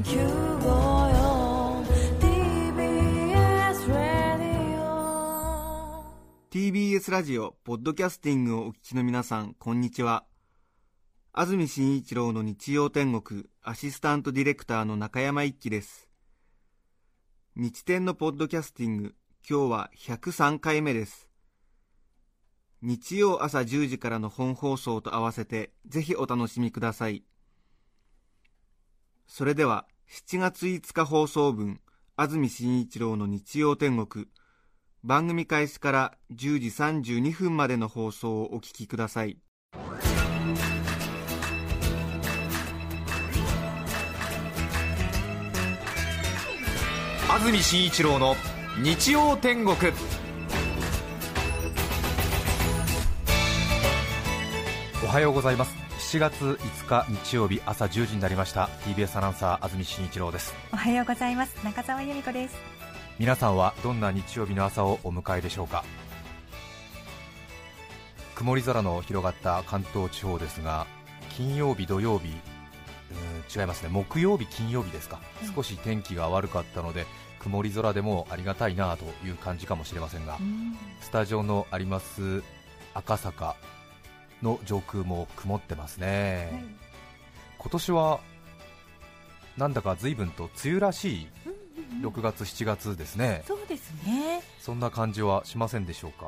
TBS ラジオポッドキャスティングをお聞きの皆さん、こんにちは。安住紳一郎の日曜天国アシスタントディレクターの中山一輝です。日天のポッドキャスティング、今日は103回目です。日曜朝10時からの本放送と合わせてぜひお楽しみください。それでは7月5日放送分、安住紳一郎の日曜天国、番組開始から10時32分までの放送をお聞きください。 安住紳一郎の日曜天国。おはようございます。7月5日日曜日朝10時になりました。 TBS アナウンサー安住紳一郎です。 おはようございます。中澤由美子です。 皆さんはどんな日曜日の朝をお迎えでしょうか。曇り空の広がった関東地方ですが、金曜日土曜日、違いますね、木曜日金曜日ですか、少し天気が悪かったので曇り空でもありがたいなという感じかもしれませんが、スタジオのあります赤坂の上空も曇ってますね、はい、今年はなんだか随分と梅雨らしい6月7月ですね。 そうですね。 そんな感じはしませんでしょうか。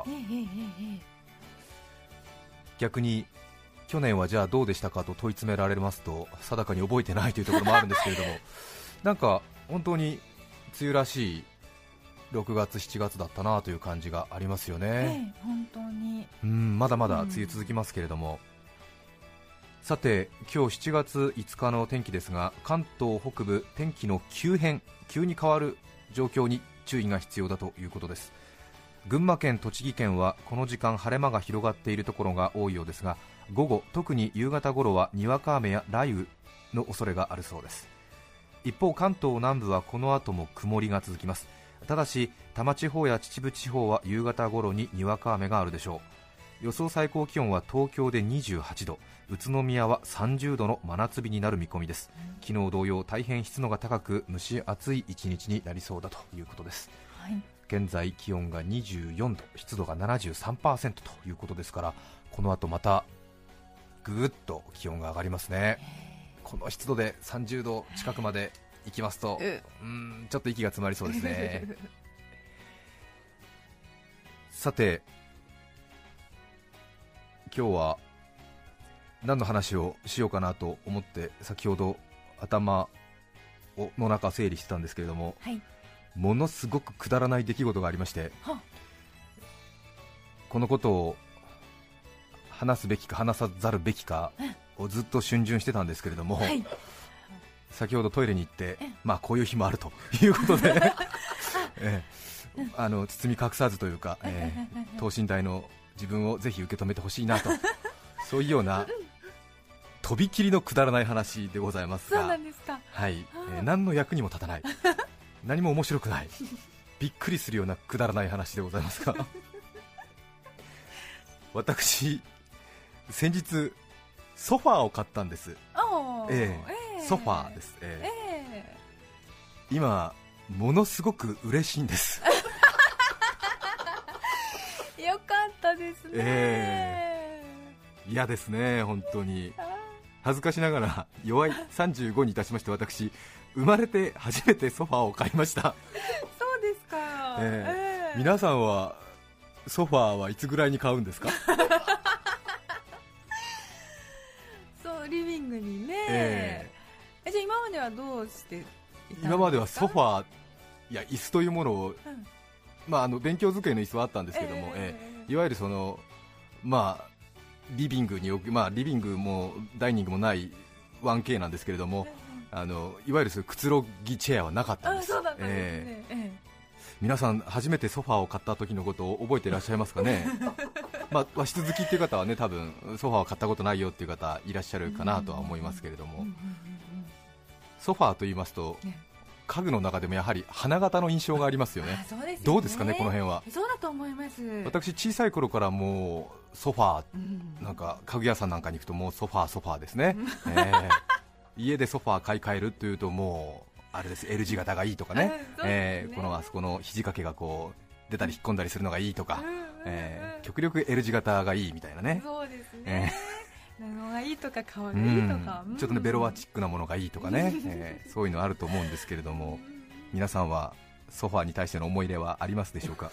逆に去年はじゃあどうでしたかと問い詰められますと定かに覚えてないというところもあるんですけれどもなんか本当に梅雨らしい6月7月だったなという感じがありますよね、 本当にまだまだ梅雨続きますけれども、さて今日7月5日の天気ですが、関東北部天気の急変、急に変わる状況に注意が必要だということです。群馬県、栃木県はこの時間晴れ間が広がっているところが多いようですが、午後特に夕方頃はにわか雨や雷雨の恐れがあるそうです。一方関東南部はこの後も曇りが続きます。ただし多摩地方や秩父地方は夕方頃ににわか雨があるでしょう。予想最高気温は東京で28度、宇都宮は30度の真夏日になる見込みです。昨日同様大変湿度が高く蒸し暑い一日になりそうだということです、はい、現在気温が24度、湿度が 73% ということですから、この後またぐーっと気温が上がりますね。この湿度で30度近くまで行きますと、ちょっと息が詰まりそうですねさて今日は何の話をしようかなと思って先ほど頭の中整理してたんですけれども、はい、ものすごくくだらない出来事がありまして、このことを話すべきか話さざるべきかをずっと逡巡してたんですけれども、はい、先ほどトイレに行って、こういう日もあるということで包み隠さずというか、等身大の自分をぜひ受け止めてほしいなとそういうようなとびきりのくだらない話でございますが、 そうなんですか、 はい、何の役にも立たない何も面白くないびっくりするようなくだらない話でございますが私先日ソファーを買ったんです。ソファーです、今ものすごく嬉しいんですよかったですね、 嫌ですね本当に。恥ずかしながら弱い35にいたしまして私生まれて初めてソファーを買いましたそうですか、 皆さんはソファーはいつぐらいに買うんですかそうリビングにね、じゃあ今まではどうしていたんですか。 今まではソファーや椅子というものを、勉強机の椅子はあったんですけども、いわゆるそのリビングに置く、リビングもダイニングもない 1K なんですけれども、いわゆるそういうくつろぎチェアはなかったんです。 そうだったんですね、 皆さん初めてソファーを買った時のことを覚えていらっしゃいますかね和室好きっていう方はね、多分ソファーを買ったことないよっていう方いらっしゃるかなとは思いますけれども、ソファーと言いますと家具の中でもやはり花形の印象がありますよね。 そうですよね。 どうですかねこの辺は。 そうだと思います。 私小さい頃からもうソファー、なんか家具屋さんなんかに行くともうソファーですね、家でソファー買い替えるというともあれです L 字型がいいとかね、 ねこのあそこの肘掛けがこう出たり引っ込んだりするのがいいとか、極力 L 字型がいいみたいなね。 そうですね、布がいいとか革がいいとか、 ちょっとねベロアチックなものがいいとかね、そういうのあると思うんですけれども、皆さんはソファーに対しての思い入れはありますでしょうか？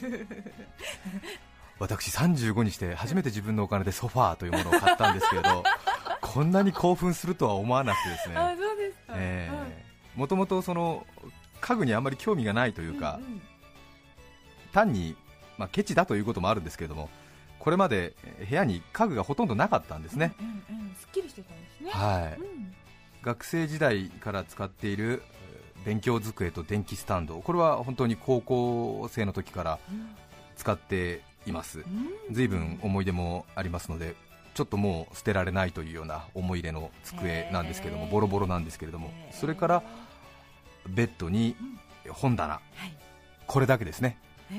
私35にして初めて自分のお金でソファーというものを買ったんですけれどこんなに興奮するとは思わなくてですね、 あ、そうですか。 もともとその家具にあまり興味がないというか、単に、ケチだということもあるんですけれども、これまで部屋に家具がほとんどなかったんですね。 すっきりしてたんですね。 はい、学生時代から使っている勉強机と電気スタンド、これは本当に高校生の時から使っています。随分思い出もありますので、ちょっともう捨てられないというような思い入れの机なんですけれども、ボロボロなんですけれども、それからベッドに本棚、これだけですね。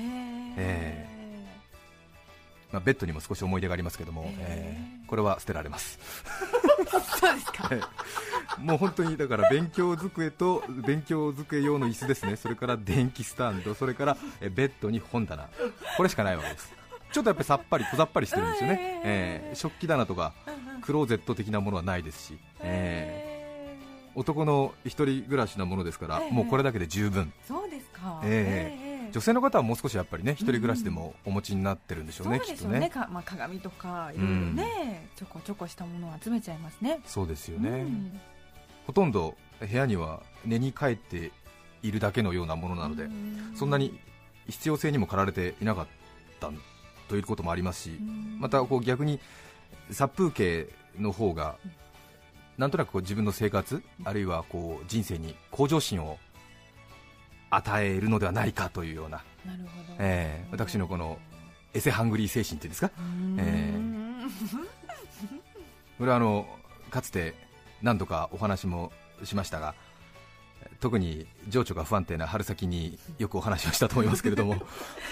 ベッドにも少し思い出がありますけども、これは捨てられます。 そうですか。 もう本当にだから勉強机と勉強机用の椅子ですね、それから電気スタンド、それからベッドに本棚、これしかないわけです。ちょっとやっぱりさっぱり小ざっぱりしてるんですよね。食器棚とかクローゼット的なものはないですし、男の一人暮らしなものですから、もうこれだけで十分。 そうですか。 女性の方はもう少しやっぱりね、一人暮らしでもお持ちになってるんでしょうね、きっとね。 鏡とかいろいろね、ちょこちょこしたものを集めちゃいますね。 そうですよね。ほとんど部屋には寝に帰っているだけのようなものなので、そんなに必要性にも駆られていなかったということもありますし、またこう逆に殺風景の方がなんとなくこう自分の生活、あるいはこう人生に向上心を与えるのではないかというような、私のこのエセハングリー精神っていうんですか、これはかつて何度かお話もしましたが、特に情緒が不安定な春先によくお話をしたと思いますけれども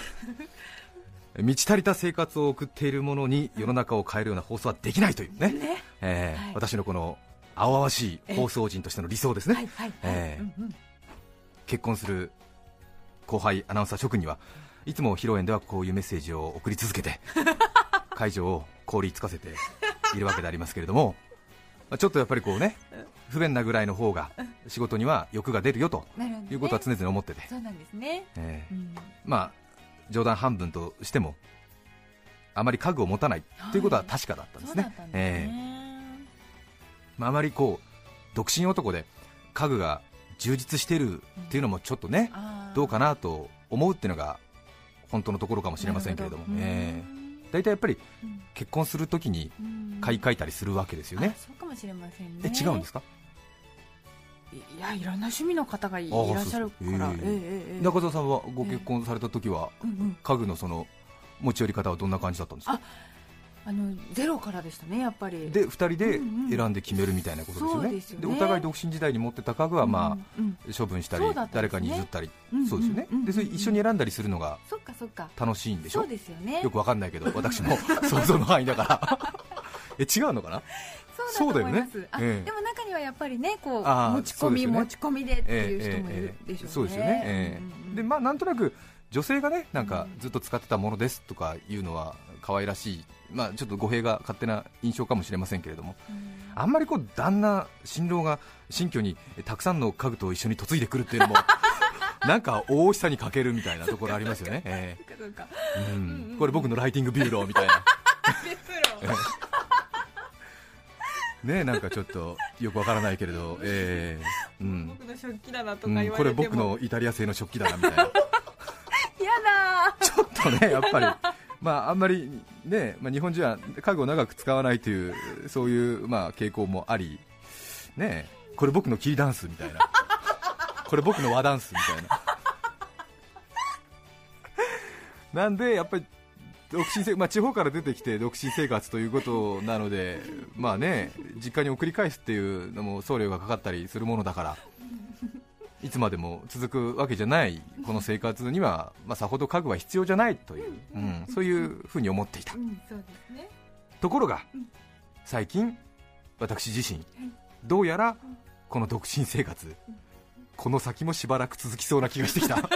満ち足りた生活を送っているものに世の中を変えるような放送はできないというね、私のこの青々しい放送人としての理想ですね。結婚する後輩アナウンサー諸君にはいつも披露宴ではこういうメッセージを送り続けて会場を凍りつかせているわけでありますけれども、ちょっとやっぱりこうね、不便なぐらいの方が仕事には欲が出るよということは常々思ってて、 そうなんですね。 冗談半分としてもあまり家具を持たないということは確かだったんですね。あまりこう独身男で家具が充実しているっていうのもちょっとね、どうかなと思うっていうのが本当のところかもしれませんけれども、だいたいやっぱり結婚するときに買い替えたりするわけですよね。 そうかもしれませんね。 違うんですか？ いや、いろんな趣味の方がいらっしゃるから。 中澤さんはご結婚されたときは家具のその持ち寄り方はどんな感じだったんですか？ ゼロからでしたね、やっぱり。 で2人で選んで決めるみたいなことですよね。でお互い独身時代に持ってた家具は処分したり誰かに譲ったり、そうですよね。でそれ一緒に選んだりするのが楽しいんでしょ。 そうですよね。 よくわかんないけど私も想像の範囲だから違うのかな。 そうだと思います。でも中にはやっぱりね、こう持ち込みでっていう人もいるでしょうね。 そうですよね。でなんとなく女性がね、なんかずっと使ってたものですとかいうのは可愛らしい、ちょっと語弊が勝手な印象かもしれませんけれども、あんまりこう旦那新郎が新居にたくさんの家具と一緒に嫁いでくるっていうのもなんか大下に欠けるみたいなところありますよね。これ僕のライティングビューローみたいなね、なんかちょっとよくわからないけれど、 僕の食器棚とか言われても、 これ僕のイタリア製の食器棚みたいなやだちょっとね、やっぱりあんまりね、日本人は家具を長く使わないというそういう傾向もあり、ね、これ僕の切りダンスみたいなこれ僕の和ダンスみたいななんでやっぱり独身地方から出てきて独身生活ということなので、実家に送り返すっていうのも送料がかかったりするものだからいつまでも続くわけじゃないこの生活には、さほど家具は必要じゃないという、そういうふうに思っていた。ところが、最近私自身、どうやらこの独身生活、 この先もしばらく続きそうな気がしてきた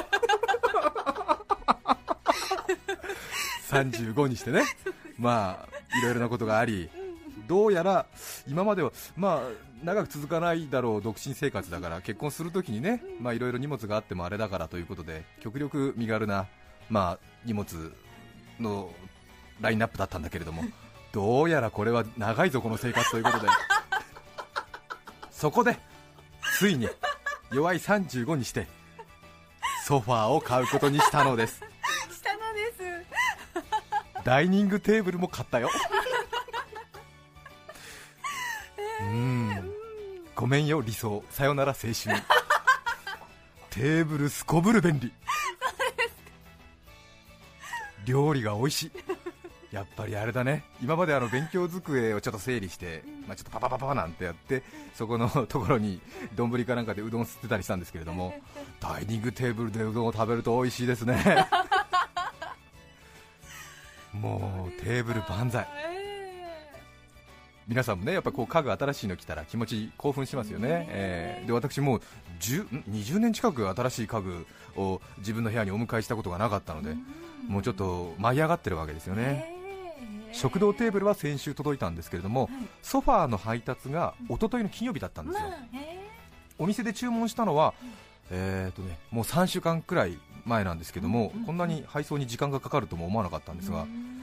35にしてね、まあいろいろなことがあり、どうやら今まではまあ長く続かないだろう独身生活だから、結婚するときにね、まあいろいろ荷物があってもあれだからということで、極力身軽なまあ荷物のラインナップだったんだけれども、どうやらこれは長いぞこの生活ということでそこでついに弱い35にしてソファーを買うことにしたのです。 したのです。 ダイニングテーブルも買ったよごめんよ理想、さよなら青春テーブルすこぶる便利、料理が美味しい。やっぱりあれだね、今まで勉強机をちょっと整理して、まあ、ちょっとパパパパなんてやって、そこのところに丼かなんかでうどんを吸ってたりしたんですけれども、ダイニングテーブルでうどんを食べると美味しいですねもうテーブル万歳。皆さんもね、やっぱこう家具新しいの来たら気持ち興奮しますよね。で私もう20年近く新しい家具を自分の部屋にお迎えしたことがなかったので、もうちょっと舞い上がってるわけですよね。食堂テーブルは先週届いたんですけれども、ソファーの配達が一昨日の金曜日だったんですよ。お店で注文したのはもう3週間くらい前なんですけども、こんなに配送に時間がかかるとも思わなかったんですが、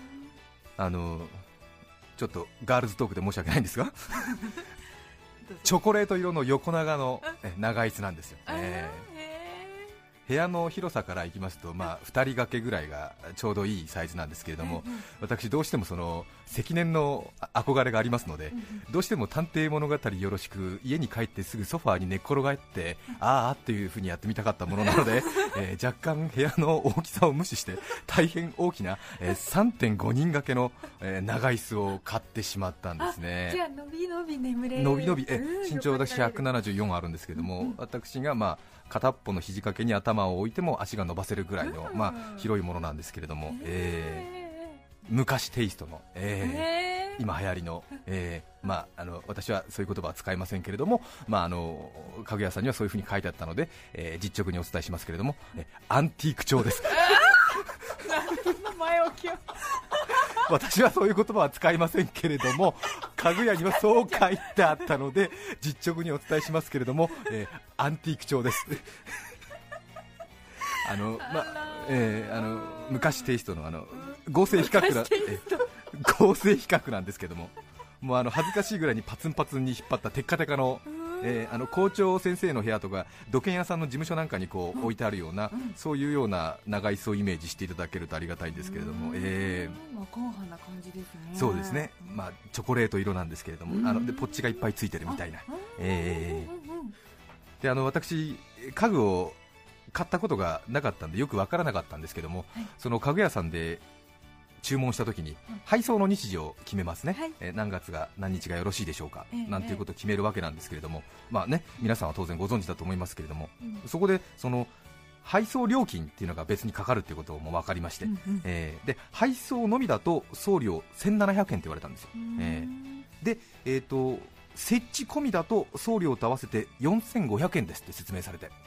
ちょっとガールズトークで申し訳ないんですがチョコレート色の横長の長椅子なんですよ。部屋の広さからいきますと、まあ、2人掛けぐらいがちょうどいいサイズなんですけれども、私どうしてもその積年の憧れがありますので、どうしても探偵物語よろしく家に帰ってすぐソファーに寝っ転がってあーっていう風にやってみたかったものなので、若干部屋の大きさを無視して大変大きな、3.5 人掛けの、長椅子を買ってしまったんですね。 じゃあのびのび眠れる。 のびのび身長私174あるんですけれども、私がまあ片っぽの肘掛けに頭を置いても足が伸ばせるぐらいの、まあ、広いものなんですけれども、昔テイストの、今流行りの、まあ、私はそういう言葉は使いませんけれども、まあ、家具屋さんにはそういう風に書いてあったので、実直にお伝えしますけれども、アンティーク調です前置きを私はそういう言葉は使いませんけれども、家具屋にはそう書いてあったので実直にお伝えしますけれども、アンティーク調です昔テイストの合成比較合成比較なんですけども、もう恥ずかしいぐらいにパツンパツンに引っ張ったテッカテカの校長先生の部屋とか土建屋さんの事務所なんかにこう置いてあるような、そういうような長椅子をイメージしていただけるとありがたいんですけれども、 まあ、硬派な感じですね。 そうですね、まあ、チョコレート色なんですけれども、でポッチがいっぱいついてるみたいな。で私家具を買ったことがなかったんでよくわからなかったんですけども、その家具屋さんで注文したときに配送の日時を決めますね、何月が何日がよろしいでしょうか、なんていうことを決めるわけなんですけれども、まあね、皆さんは当然ご存知だと思いますけれども、そこでその配送料金っていうのが別にかかるっていうことも分かりまして、で配送のみだと送料1700円って言われたんですよ。で、設置込みだと送料と合わせて4500円ですって説明されて、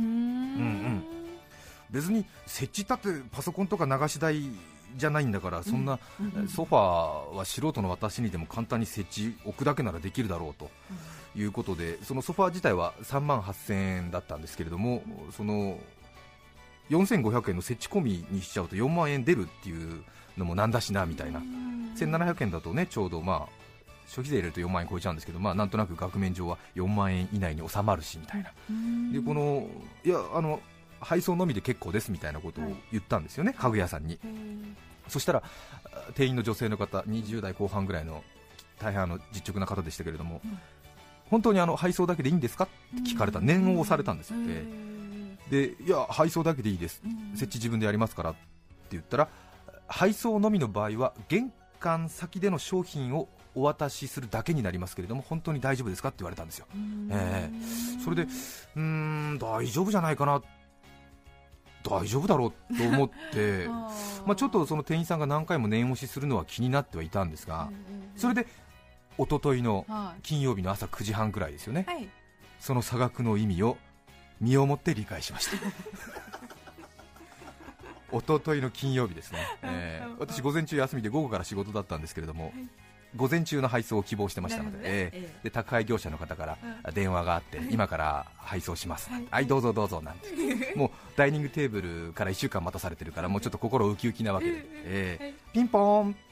別に設置だってパソコンとか流し台じゃないんだから、そんなソファーは素人の私にでも簡単に設置置くだけならできるだろうということで、そのソファー自体は3万8000円だったんですけれども、その4500円の設置込みにしちゃうと4万円出るっていうのもなんだしなみたいな。1700円だとね、ちょうどまあ消費税入れると4万円超えちゃうんですけど、まあ、なんとなく額面上は4万円以内に収まるしみたいな。でこのいや配送のみで結構ですみたいなことを言ったんですよね、家具屋さんに。そしたら店員の女性の方、20代後半ぐらいの大変実直な方でしたけれども、本当に配送だけでいいんですかって聞かれた、念を押されたんですよ。でいや配送だけでいいです、設置自分でやりますからって言ったら、配送のみの場合は玄関先での商品をお渡しするだけになりますけれども、本当に大丈夫ですかって言われたんですよ。それで大丈夫じゃないかな、大丈夫だろうと思ってまあちょっとその店員さんが何回も念押しするのは気になってはいたんですが、それで一昨日の金曜日の朝9時半くらいですよね、その差額の意味を身をもって理解しました一昨日の金曜日ですね、私午前中休みで午後から仕事だったんですけれども、午前中の配送を希望してましたので、で宅配業者の方から電話があって、今から配送します、はいどうぞどうぞなんてもうダイニングテーブルから1週間待たされてるからもうちょっと心ウキウキなわけで、ピンポーン、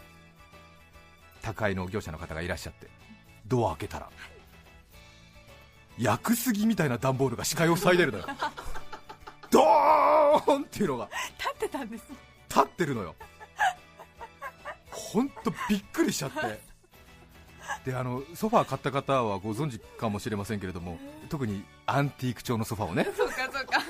宅配の業者の方がいらっしゃって、ドア開けたら屋久杉みたいな段ボールが視界を塞いでるのよドーンっていうのが立ってたんです。 立ってるのよ。ほんとびっくりしちゃって、でソファー買った方はご存知かもしれませんけれども、特にアンティーク調のソファーをねそうかそうか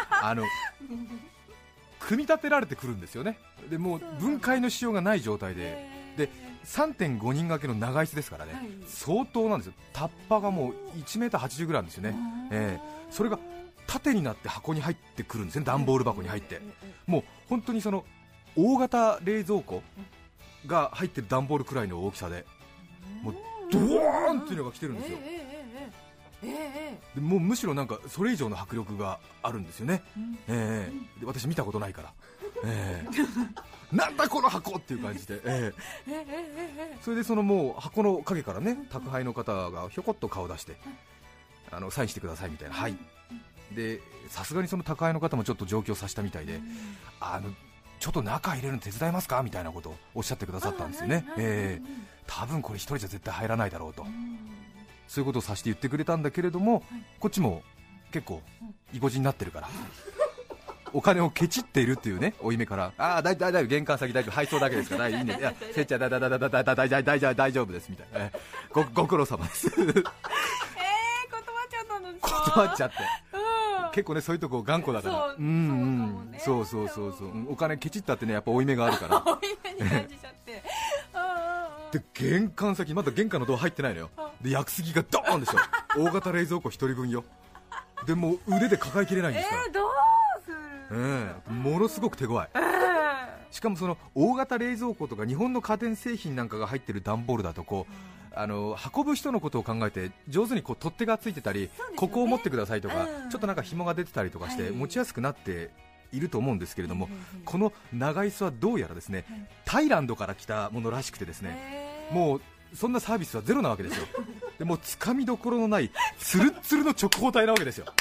組み立てられてくるんですよね。でもう分解のしようがない状態で、3.5 人掛けの長椅子ですからね、相当なんですよ。タッパがもう 1m80 ぐらいあるんですよね、それが縦になって箱に入ってくるんですね、段ボール箱に入って、もう本当にその大型冷蔵庫が入ってる段ボールくらいの大きさで、もうドワーンっていうのが来てるんですよ。でもうむしろなんかそれ以上の迫力があるんですよね、で私見たことないから、なんだこの箱っていう感じで、それでそのもう箱の陰からね、宅配の方がひょこっと顔出して、サインしてくださいみたいな、はいで、さすがにその宅配の方もちょっと上京させたみたいで、ちょっと中入れるの手伝いますかみたいなことをおっしゃってくださったんですよね、多分これ一人じゃ絶対入らないだろうと、そういうことをさして言ってくれたんだけれども、こっちも結構意固地になってるからお金をケチっているっていうね、負い目から、大丈夫、玄関先大丈夫、配送だけですからいいね、いやせっちゃん大丈夫ですみたいな、ご苦労様です断っちゃったの。 断っちゃって結構ね、そういうとこ頑固だから、そうお金ケチったってね、やっぱ負い目があるから負い目に感じちゃってで、玄関先、まだ玄関のドア入ってないのよ。で、屋久杉がドーンでしょ大型冷蔵庫1人分よ。でもう腕で抱えきれないんですから、 どうする、 ものすごく手強い、しかもその大型冷蔵庫とか日本の家電製品なんかが入ってる段ボールだとこう、運ぶ人のことを考えて上手にこう取っ手がついてたり、ここを持ってくださいとか、ちょっとなんか紐が出てたりとかして持ちやすくなっていると思うんですけれども、この長椅子はどうやらですね、タイランドから来たものらしくてですね、もうそんなサービスはゼロなわけですよ。でもうつかみどころのないツルッツルの直方体なわけですよ、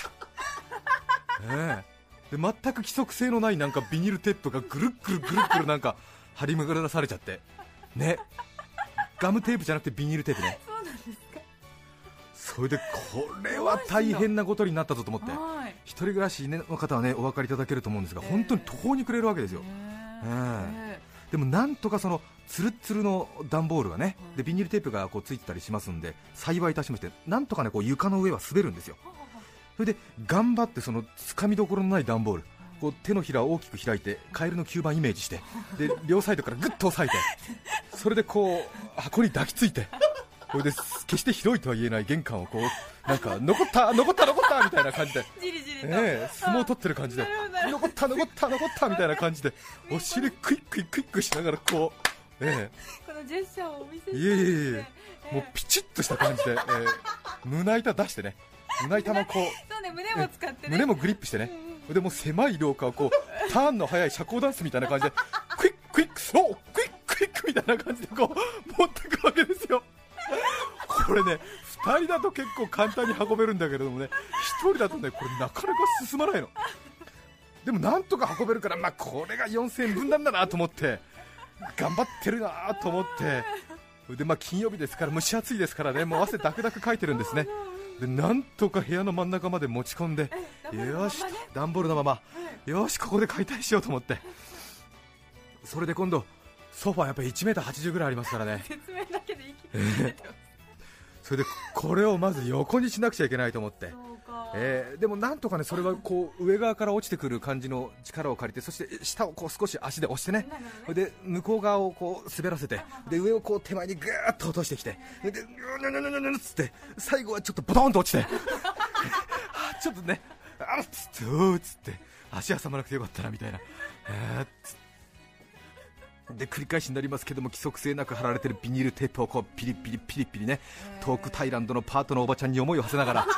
で全く規則性のないなんかビニールテープがぐるっぐるぐるっぐるなんか張り巡らされちゃってね、ガムテープじゃなくてビニールテープね。 そうなんですか。 それでこれは大変なことになったぞと思って、一人暮らしの方はねお分かりいただけると思うんですが、本当に途方に暮れるわけですよ、でもなんとかそのツルッツルの段ボールがね、でビニールテープがこうついてたりしますんで、幸いいたしまして、なんとかねこう床の上は滑るんですよ。それで頑張ってそのつかみどころのない段ボール、こう手のひらを大きく開いてカエルの吸盤イメージして、で両サイドからグッと押さえて、それでこう箱に抱きついて、これで決して広いとは言えない玄関をこうなんか残ったみたいな感じでじりじりと、 相撲を取ってる感じで、残ったみたいな感じでお尻クイックしながらこう、 このジェスチャーをお見せして、 もうピチッとした感じで、胸板出してね、胸板もこう、 そうね、胸も使ってね、 胸もグリップしてね、でも狭い廊下をこうターンの速い社交ダンスみたいな感じでクイックみたいな感じでこう持ってくわけですよ。これね、2人だと結構簡単に運べるんだけれどもね、1人だとねこれなかなか進まないの。でもなんとか運べるから、これが4000円分なんだなと思って頑張ってるなと思って、で金曜日ですから蒸し暑いですからね、もう汗ダクダクかいてるんですね。でなんとか部屋の真ん中まで持ち込んで、よし段ボールのまま、よしここで解体しようと思って、それで今度ソファーやっぱり 1m80 ぐらいありますからね、 説明だけで息が出てます。 それでこれをまず横にしなくちゃいけないと思って、でもなんとかねそれはこう上側から落ちてくる感じの力を借りて、そして下をこう少し足で押してね、で向こう側をこう滑らせて、で上をこう手前にぐーっと落としてきて、でっつって最後はちょっとボトンと落ちてちょっとねっつって足挟まなくてよかったなみたいな、で繰り返しになりますけども、規則性なく貼られてるビニールテープをこうピリピリね、トークタイランドのパートのおばちゃんに思いを馳せながら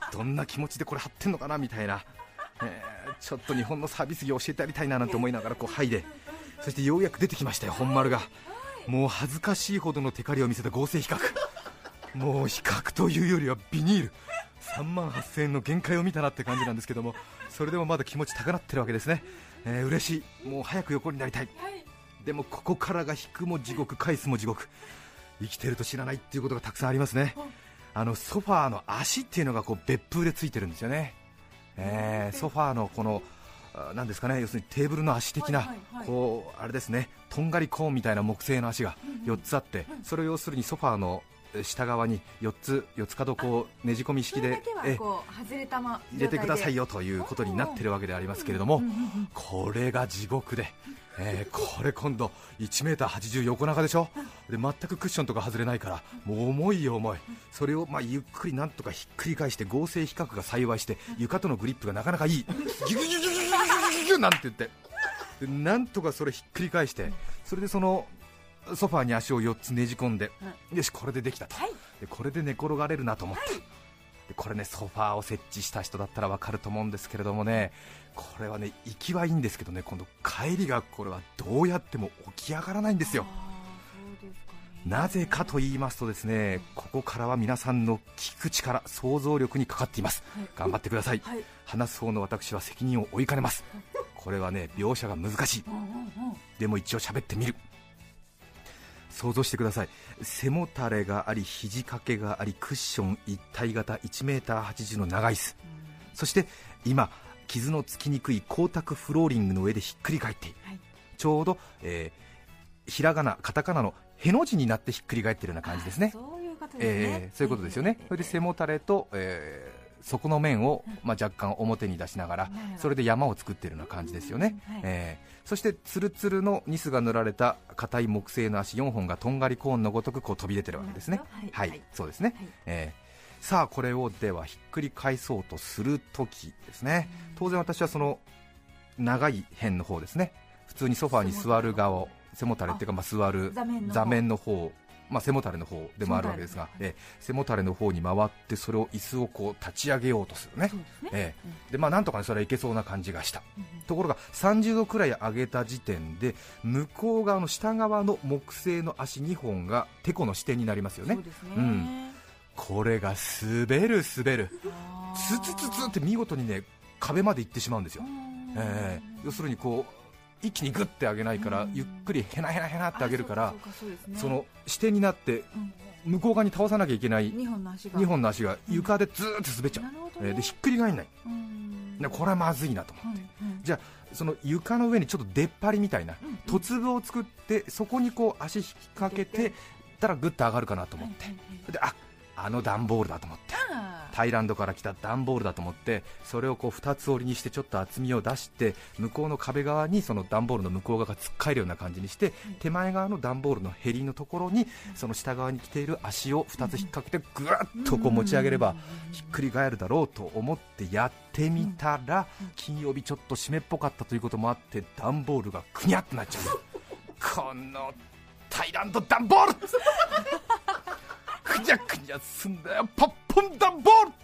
どんな気持ちでこれ貼ってんのかなみたいな、ちょっと日本のサービス業教えてやりたいななんて思いながらこう剥いで、そしてようやく出てきましたよ、本丸が。もう恥ずかしいほどのテカリを見せた合成比較、もう比較というよりはビニール、3万8000円の限界を見たなって感じなんですけども、それでもまだ気持ち高鳴ってるわけですね。嬉しい、もう早く横になりたい。でもここからが引くも地獄、返すも地獄、生きてると知らないっていうことがたくさんありますね。ソファーの足っていうのがこう別風でついてるんですよね。ソファーのこのなんですかね、要するにテーブルの足的な、こうあれですね、とんがりコーンみたいな木製の足が4つあって、それを要するにソファーの下側に4つ角こうねじ込み式で入れてくださいよということになってるわけでありますけれども、これが地獄で、これ今度 1m80 横長でしょ。で全くクッションとか外れないから、もう重いよ重い。それをゆっくりなんとかひっくり返して、合成比較が幸いして床とのグリップがなかなかいい、ギュギュギュギュギュギュギュなんて言って、でなんとかそれひっくり返して、それでそのソファーに足を4つねじ込んで、よしこれでできたと、でこれで寝転がれるなと思った。でこれね、ソファーを設置した人だったら分かると思うんですけれどもね、これはね、行きはいいんですけどね、今度帰りがこれはどうやっても起き上がらないんですよ。なぜかと言いますとですね、ここからは皆さんの聞く力、想像力にかかっています。頑張ってください。話す方の私は責任を負いかねます。これはね、描写が難しい。でも一応喋ってみる。想像してください。背もたれがあり、肘掛けがあり、クッション一体型 1m80 の長い椅子、そして今傷のつきにくい光沢フローリングの上でひっくり返っている、ちょうど、ひらがなカタカナのへの字になってひっくり返っているような感じですね。 そういうことですね。 そういうことですよね。それで背もたれと、底の面を、若干表に出しながら、それで山を作っているような感じですよね。そしてツルツルのニスが塗られた硬い木製の足4本がとんがりコーンのごとくこう飛び出てるわけですね。そうですね。さあこれをではひっくり返そうとするときですね、当然私はその長い辺の方ですね、普通にソファーに座る側を、背もたれっていうか、座る座面の方、背もたれの方でもあるわけですが、背もたれの方に回って、それを椅子をこう立ち上げようとするね。でなんとかね、それはいけそうな感じがした。ところが30度くらい上げた時点で、向こう側の下側の木製の足2本がテコの支点になりますよね。これが滑るツツツツって見事にね、壁まで行ってしまうんですよ。要するにこう一気にグッて上げないから、ゆっくりヘナヘナヘナって上げるから、その支点になって向こう側に倒さなきゃいけない2本の足が床でずーっと滑っちゃう。でひっくり返んない。これはまずいなと思って、じゃあその床の上にちょっと出っ張りみたいな凸部を作って、そこにこう足引っ掛けてたらグッと上がるかなと思って、であの段ボールだと思って、タイランドから来た段ボールだと思って、それをこう2つ折りにしてちょっと厚みを出して、向こうの壁側にその段ボールの向こう側が突っかえるような感じにして、手前側の段ボールのへりのところにその下側に来ている足を2つ引っ掛けてぐわっとこう持ち上げればひっくり返るだろうと思ってやってみたら、金曜日ちょっと湿っぽかったということもあって、段ボールがくにゃってなっちゃう。このタイランド段ボールくにゃくにゃすんだよ、ポッポンダンボール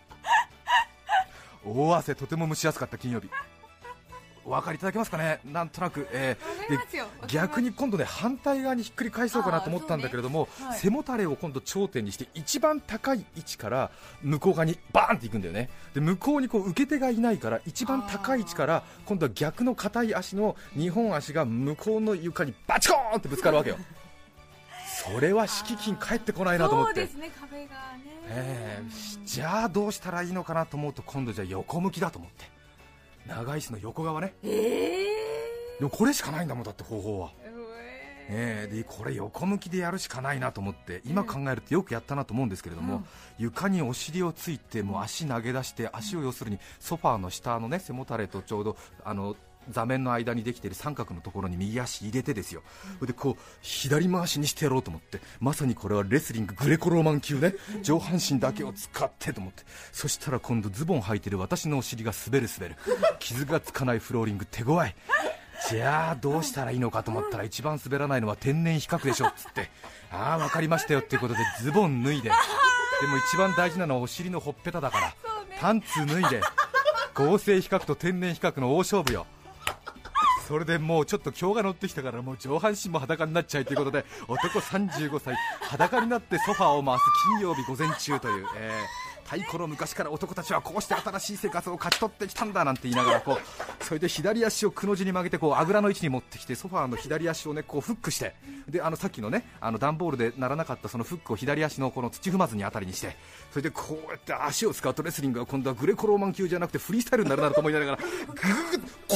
大汗、とても蒸し暑かった金曜日。お分かりいただけますかね。なんとなく、逆に今度ね、反対側にひっくり返そうかなと思ったんだけれども、背もたれを今度頂点にして、一番高い位置から向こう側にバーンっていくんだよね。で向こうにこう受け手がいないから、一番高い位置から今度は逆の硬い足の2本足が向こうの床にバチコーンってぶつかるわけよ。それは敷金返ってこないなと思って、 そうですね、壁がね。 じゃあどうしたらいいのかなと思うと、今度じゃあ横向きだと思って、長い椅子の横側ね。でもこれしかないんだもん、だって方法は。でこれ横向きでやるしかないなと思って、今考えるとよくやったなと思うんですけれども、床にお尻をついて、もう足投げ出して、足を要するにソファーの下のね、背もたれとちょうど座面の間にできている三角のところに右足入れてですよ、でこう左回しにしてやろうと思って、まさにこれはレスリンググレコローマン級ね、上半身だけを使ってと思って、そしたら今度ズボン履いてる私のお尻が滑る傷がつかないフローリング手強い。じゃあどうしたらいいのかと思ったら、一番滑らないのは天然比較でしょっつって、分かりましたよっていうことでズボン脱いで、でも一番大事なのはお尻のほっぺただから、 パンツ脱いで合成比較と天然比較の大勝負よ。それでもうちょっと今日が乗ってきたからもう上半身も裸になっちゃいということで、男35歳裸になってソファーを回す金曜日午前中という、太古の昔から男たちはこうして新しい生活を勝ち取ってきたんだなんて言いながらこう、それで左足をくの字に曲げてこうあぐらの位置に持ってきて、ソファーの左足をねこうフックして、でさっきのね段ボールでならなかったそのフックを左足のこの土踏まずにあたりにして、それでこうやって足を使うとレスリングが今度はグレコローマン級じゃなくてフリースタイルになるなと思いながらグーッこ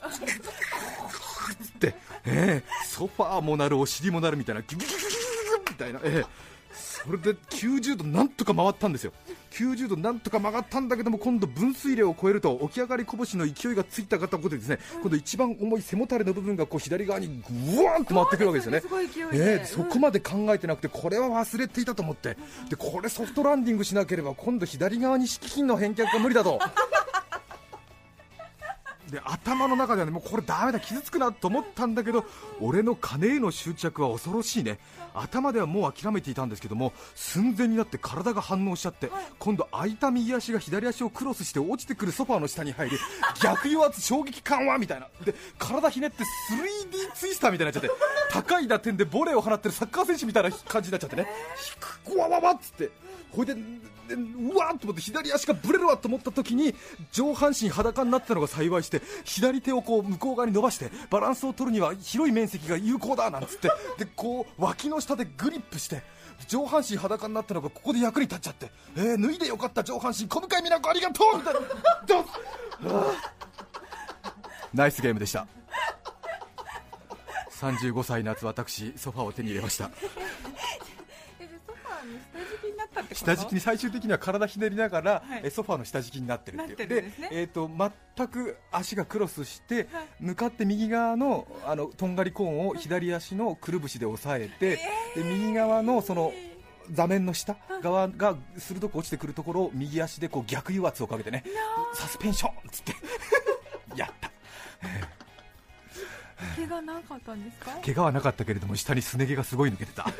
うって、ソファーもなるお尻もなるみたいなギュギュギュギュギュみたいな、それで90度なんとか回ったんですよ。90度なんとか曲がったんだけども、今度分水嶺を越えると起き上がりこぼしの勢いがついたことでですね、今度一番重い背もたれの部分がこう左側にグワーンと回ってくるわけですよね。 すごい勢いで、 そこまで考えてなくて、これは忘れていたと思って、でこれソフトランディングしなければ今度左側に敷金の返却が無理だとで頭の中では、ね、もうこれダメだ、傷つくなと思ったんだけど、俺の金への執着は恐ろしいね。頭ではもう諦めていたんですけども、寸前になって体が反応しちゃって、今度空いた右足が左足をクロスして落ちてくるソファーの下に入り、逆油圧衝撃緩和みたいなで、体ひねって 3D ツイスターみたいになっちゃって、高い打点でボレーを放ってるサッカー選手みたいな感じになっちゃってね、引くわわわっつって、ほいでうわーっと思って左足がブレるわと思った時に、上半身裸になったのが幸いして、左手をこう向こう側に伸ばしてバランスを取るには広い面積が有効だなんつって、でこう脇の下でグリップして上半身裸になったのがここで役に立っちゃって、脱いでよかった上半身、小向井美奈子ありがとうみたいなナイスゲームでした。35歳夏、私ソファーを手に入れました。下敷きに最終的には体ひねりながら、ソファーの下敷きになってるっていうで、全く足がクロスして、向かって右側のとんがりコーンを左足のくるぶしで押さえて、で右側のその座面の下側が鋭く落ちてくるところを右足でこう逆油圧をかけてね、サスペンションっつってやった。 怪我なかったんですか？ 怪我はなかったけれども、下にすね毛がすごい抜けてた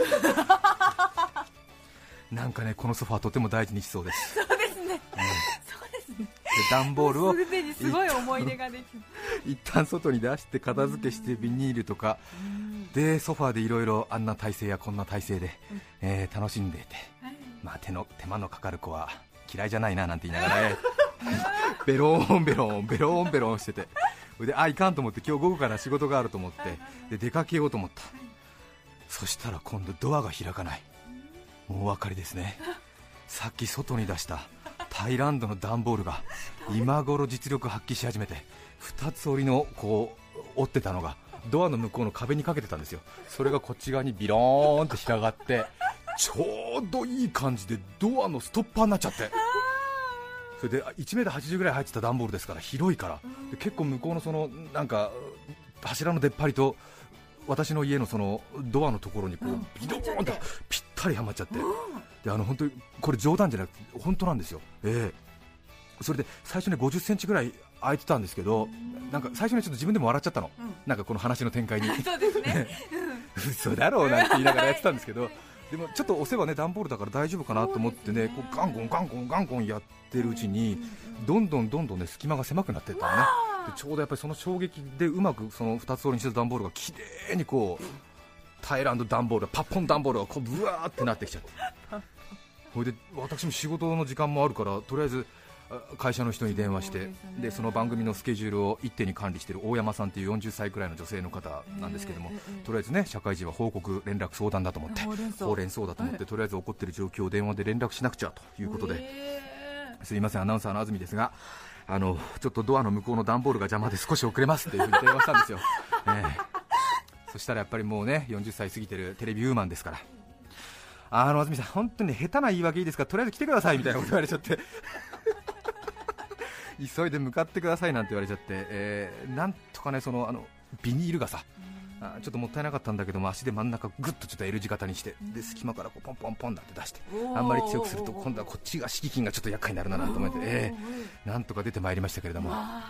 なんかね、このソファーとても大事にしそうです。 そうですね、そうですね。 で段ボールをすでにすごい思い出ができる一旦外に出して片付けしてビニールとかで、ソファーでいろいろあんな体勢やこんな体勢で、楽しんでいて、まあ、手間のかかる子は嫌いじゃないななんて言いながらねベロンベロンベロンベロンしてて、でいかんと思って、今日午後から仕事があると思って、で出かけようと思った。そしたら今度ドアが開かない。もうお分かりですね。さっき外に出したタイランドの段ボールが今頃実力発揮し始めて、2つ折りのこう折ってたのがドアの向こうの壁にかけてたんですよ。それがこっち側にビローンって広がって、ちょうどいい感じでドアのストッパーになっちゃって、それで 1m80 ぐらい入ってた段ボールですから広いから、で結構向こうのそのなんか柱の出っ張りと私の家のそのドアのところにこうビローンとぴったりはまっちゃって、で本当にこれ冗談じゃなくて本当なんですよ。それで最初ね50センチぐらい空いてたんですけど、なんか最初にちょっと自分でも笑っちゃったの、なんかこの話の展開にそうですね嘘だろうなんて言いながらやってたんですけど、でもちょっと押せばね段ボールだから大丈夫かなと思ってね、こうガンコンガンコンガンコンやってるうちにどんどんね隙間が狭くなっていったのね。でちょうどやっぱりその衝撃でうまくその2つ折りにした段ボールがきれいにこうタイランド段ボール、パッポン段ボールがこうブワーってなってきちゃって、それで私も仕事の時間もあるから、とりあえず会社の人に電話して、でその番組のスケジュールを一手に管理している大山さんという40歳くらいの女性の方なんですけども、とりあえずね社会人は報告連絡相談だと思って、ほうれん草だと思って、とりあえず起こっている状況を電話で連絡しなくちゃということで、すいませんアナウンサーの安住ですが、ちょっとドアの向こうの段ボールが邪魔で少し遅れますっていうふうに電話したんですよ、そしたらやっぱりもうね40歳過ぎてるテレビウーマンですから、安住さん本当に下手な言い訳いいですからとりあえず来てくださいみたいなこと言われちゃって急いで向かってくださいなんて言われちゃって、なんとかねそのビニールがさ、ちょっともったいなかったんだけども、足で真ん中グッとちょっと L 字型にして、で隙間からこうポンポンポンなんて出して、あんまり強くすると今度はこっちが敷金がちょっと厄介になるなと思って、なんとか出てまいりましたけれども、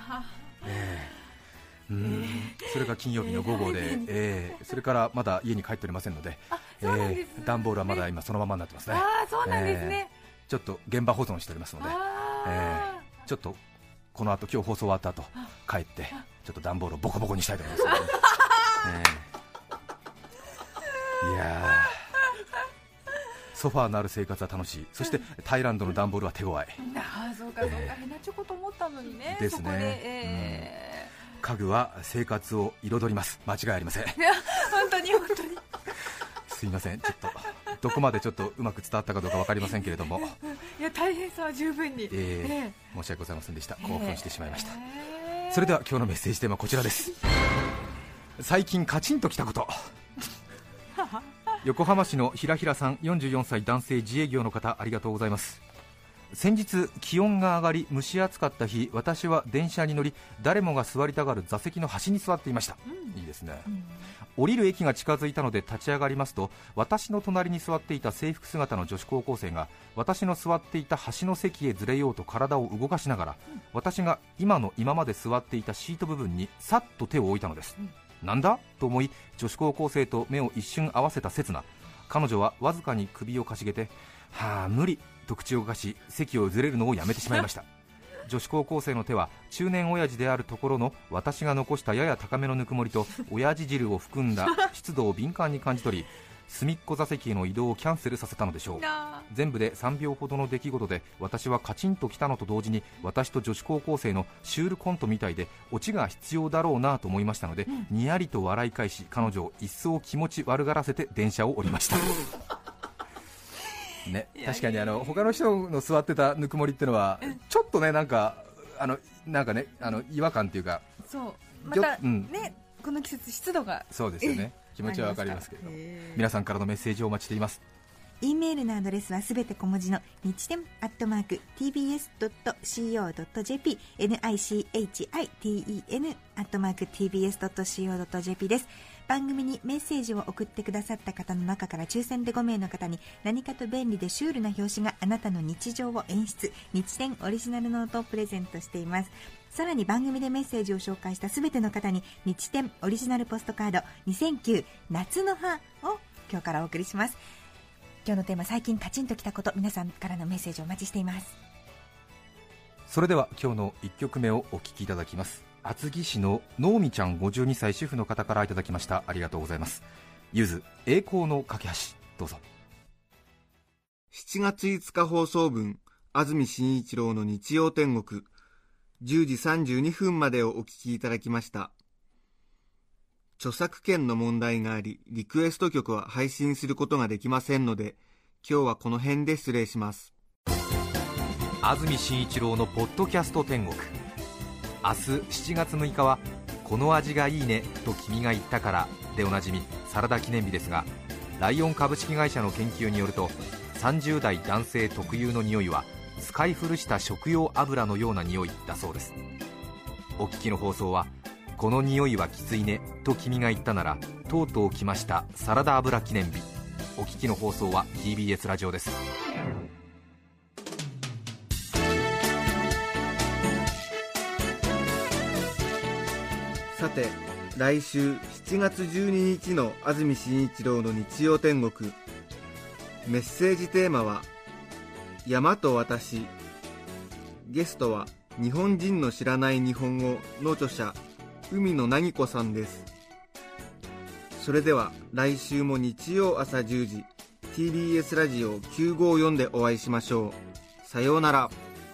それが金曜日の午後で、それからまだ家に帰っておりませんので、段ボールはまだ今そのままになってますね。 そうなんですね。 ちょっと現場保存しておりますので、 ちょっとこの後今日放送終わった後帰ってちょっと段ボールをボコボコにしたいと思います、いやソファーのある生活は楽しい。そしてタイランドの段ボールは手強い。 そうかそうか、ヘナチョコと思ったのにね。 ですね、家具は生活を彩ります。間違いありません。 本当に本当にすいません、ちょっとどこまでちょっとうまく伝わったかどうか分かりませんけれども、 いや大変さは十分に、 申し訳ございませんでした。興奮してしまいました。それでは今日のメッセージテーマはこちらです。最近カチンときたこと。横浜市のひらひらさん、44歳男性自営業の方、ありがとうございます。先日気温が上がり蒸し暑かった日、私は電車に乗り誰もが座りたがる座席の端に座っていました、いいですね、降りる駅が近づいたので立ち上がりますと、私の隣に座っていた制服姿の女子高校生が私の座っていた端の席へずれようと体を動かしながら、私が今まで座っていたシート部分にさっと手を置いたのです、なんだと思い女子高校生と目を一瞬合わせた刹那、彼女はわずかに首をかしげて、はあ無理と口を動かし席をずれるのをやめてしまいました。女子高校生の手は中年親父であるところの私が残したやや高めのぬくもりと親父汁を含んだ湿度を敏感に感じ取り、隅っこ座席への移動をキャンセルさせたのでしょう。全部で3秒ほどの出来事で私はカチンときたのと同時に、私と女子高校生のシュールコントみたいでオチが必要だろうなと思いましたので、にやりと笑い返し彼女を一層気持ち悪がらせて電車を降りました。ね、確かに他の人の座ってたぬくもりってのはちょっとね、なんかね、違和感っていうか、 そうまたね、この季節湿度がそうですよね、気持ちはわかりますけれども、皆さんからのメッセージをお待ちしています。 E メールのアドレスはすべて小文字の日天@tbs.co.jp nichiten@tbs.co.jp です。番組にメッセージを送ってくださった方の中から抽選で5名の方に何かと便利でシュールな表紙があなたの日常を演出、日天オリジナルノートをプレゼントしています。さらに番組でメッセージを紹介したすべての方に日天オリジナルポストカード2009夏の葉を今日からお送りします。今日のテーマ、最近カチンときたこと、皆さんからのメッセージをお待ちしています。 それでは今日の1曲目をお聴きいただきます。厚木市ののうみちゃん52歳主婦の方からいただきました。ありがとうございます。ゆず栄光の架け橋、どうぞ。 7月5日放送分、安住紳一郎の日曜天国、10時32分までをお聞きいただきました。著作権の問題があり、リクエスト曲は配信することができませんので、今日はこの辺で失礼します。 安住紳一郎のポッドキャスト天国、明日7月6日はこの味がいいねと君が言ったからでおなじみサラダ記念日ですが、ライオン株式会社の研究によると、30代男性特有の匂いは使い古した食用油のような匂いだそうです。お聞きの放送は、この匂いはきついねと君が言ったならとうとう来ましたサラダ油記念日。お聞きの放送は TBS ラジオです。 さて、来週7月12日の安住紳一郎の日曜天国、メッセージテーマは山と私。ゲストは日本人の知らない日本語の著者、海野凪子さんです。それでは来週も日曜朝10時 TBS ラジオ954でお会いしましょう。さようなら。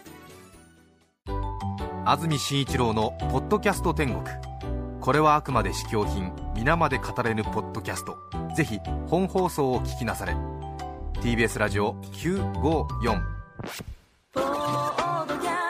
安住紳一郎のポッドキャスト天国、これはあくまで試供品、皆まで語れぬポッドキャスト。ぜひ本放送を聞きなされ。 TBS ラジオ954